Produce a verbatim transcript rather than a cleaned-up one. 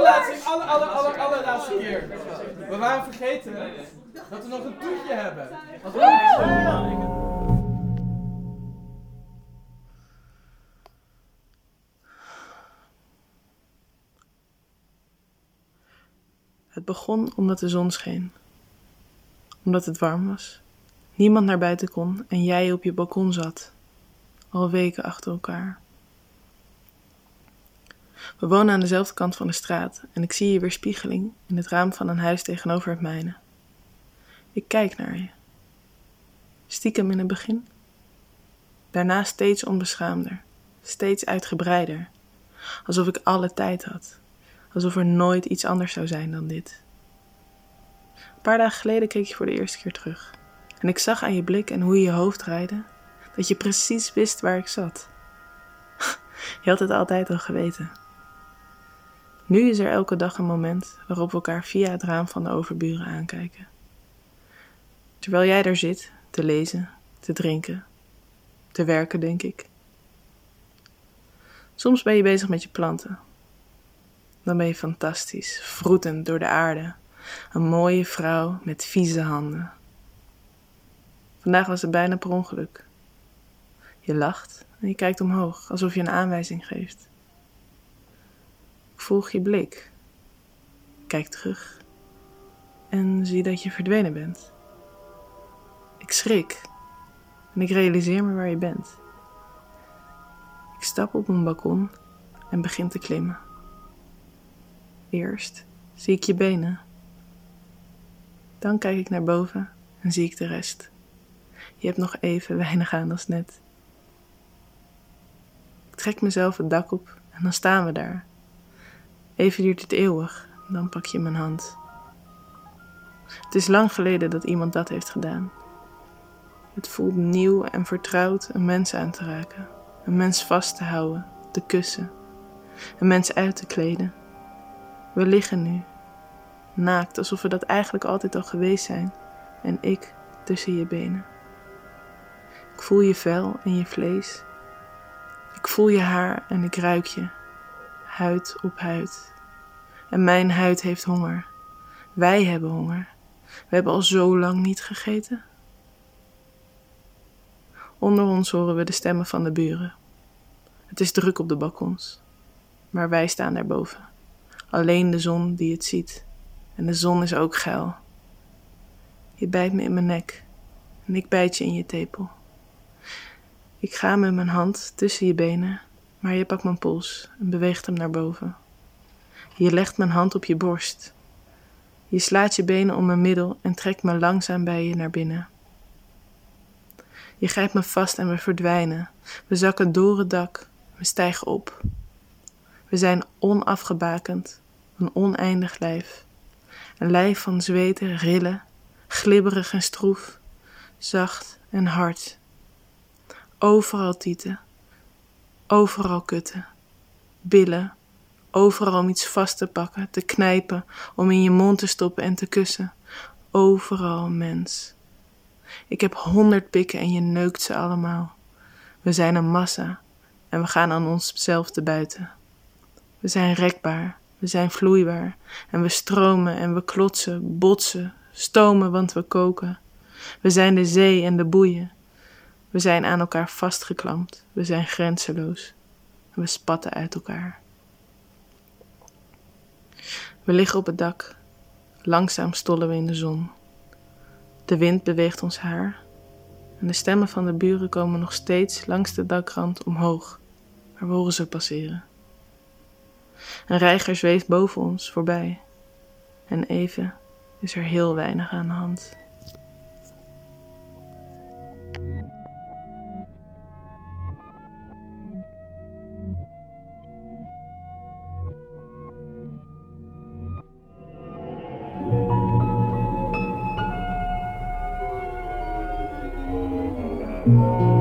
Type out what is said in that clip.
allerlaatste, aller, aller, aller, allerlaatste keer. We waren vergeten dat we nog een toetje hebben. Als we een... Het begon omdat de zon scheen. Omdat het warm was. Niemand naar buiten kon en jij op je balkon zat. Al weken achter elkaar. We wonen aan dezelfde kant van de straat en ik zie je weerspiegeling in het raam van een huis tegenover het mijne. Ik kijk naar je. Stiekem in het begin. Daarna steeds onbeschaamder. Steeds uitgebreider. Alsof ik alle tijd had. Alsof er nooit iets anders zou zijn dan dit. Een paar dagen geleden keek je voor de eerste keer terug. En ik zag aan je blik en hoe je je hoofd draaide, dat je precies wist waar ik zat. Je had het altijd al geweten. Nu is er elke dag een moment waarop we elkaar via het raam van de overburen aankijken. Terwijl jij daar zit, te lezen, te drinken, te werken, denk ik. Soms ben je bezig met je planten. Dan ben je fantastisch, vroetend door de aarde. Een mooie vrouw met vieze handen. Vandaag was het bijna per ongeluk. Je lacht en je kijkt omhoog, alsof je een aanwijzing geeft. Ik volg je blik. Kijk terug. En zie dat je verdwenen bent. Ik schrik. En ik realiseer me waar je bent. Ik stap op mijn balkon en begin te klimmen. Eerst zie ik je benen. Dan kijk ik naar boven en zie ik de rest. Je hebt nog even weinig aan als net. Ik trek mezelf het dak op en dan staan we daar. Even duurt het eeuwig, dan pak je mijn hand. Het is lang geleden dat iemand dat heeft gedaan. Het voelt nieuw en vertrouwd een mens aan te raken. Een mens vast te houden, te kussen. Een mens uit te kleden. We liggen nu, naakt, alsof we dat eigenlijk altijd al geweest zijn. En ik tussen je benen. Ik voel je vel en je vlees. Ik voel je haar en ik ruik je. Huid op huid. En mijn huid heeft honger. Wij hebben honger. We hebben al zo lang niet gegeten. Onder ons horen we de stemmen van de buren. Het is druk op de balkons. Maar wij staan daarboven. Alleen de zon die het ziet. En de zon is ook geil. Je bijt me in mijn nek. En ik bijt je in je tepel. Ik ga met mijn hand tussen je benen. Maar je pakt mijn pols en beweegt hem naar boven. Je legt mijn hand op je borst. Je slaat je benen om mijn middel en trekt me langzaam bij je naar binnen. Je grijpt me vast en we verdwijnen. We zakken door het dak. We stijgen op. We zijn onafgebakend. Een oneindig lijf. Een lijf van zweten, rillen, glibberig en stroef. Zacht en hard. Overal tieten. Overal kutten. Billen. Overal om iets vast te pakken, te knijpen, om in je mond te stoppen en te kussen. Overal mens. Ik heb honderd pikken en je neukt ze allemaal. We zijn een massa en we gaan aan onszelf te buiten. We zijn rekbaar, we zijn vloeibaar en we stromen en we klotsen, botsen, stomen want we koken. We zijn de zee en de boeien. We zijn aan elkaar vastgeklampt, we zijn grenzeloos en we spatten uit elkaar. We liggen op het dak. Langzaam stollen we in de zon. De wind beweegt ons haar. En de stemmen van de buren komen nog steeds langs de dakrand omhoog. Maar we horen ze passeren. Een reiger zweeft boven ons voorbij. En even is er heel weinig aan de hand. Thank you.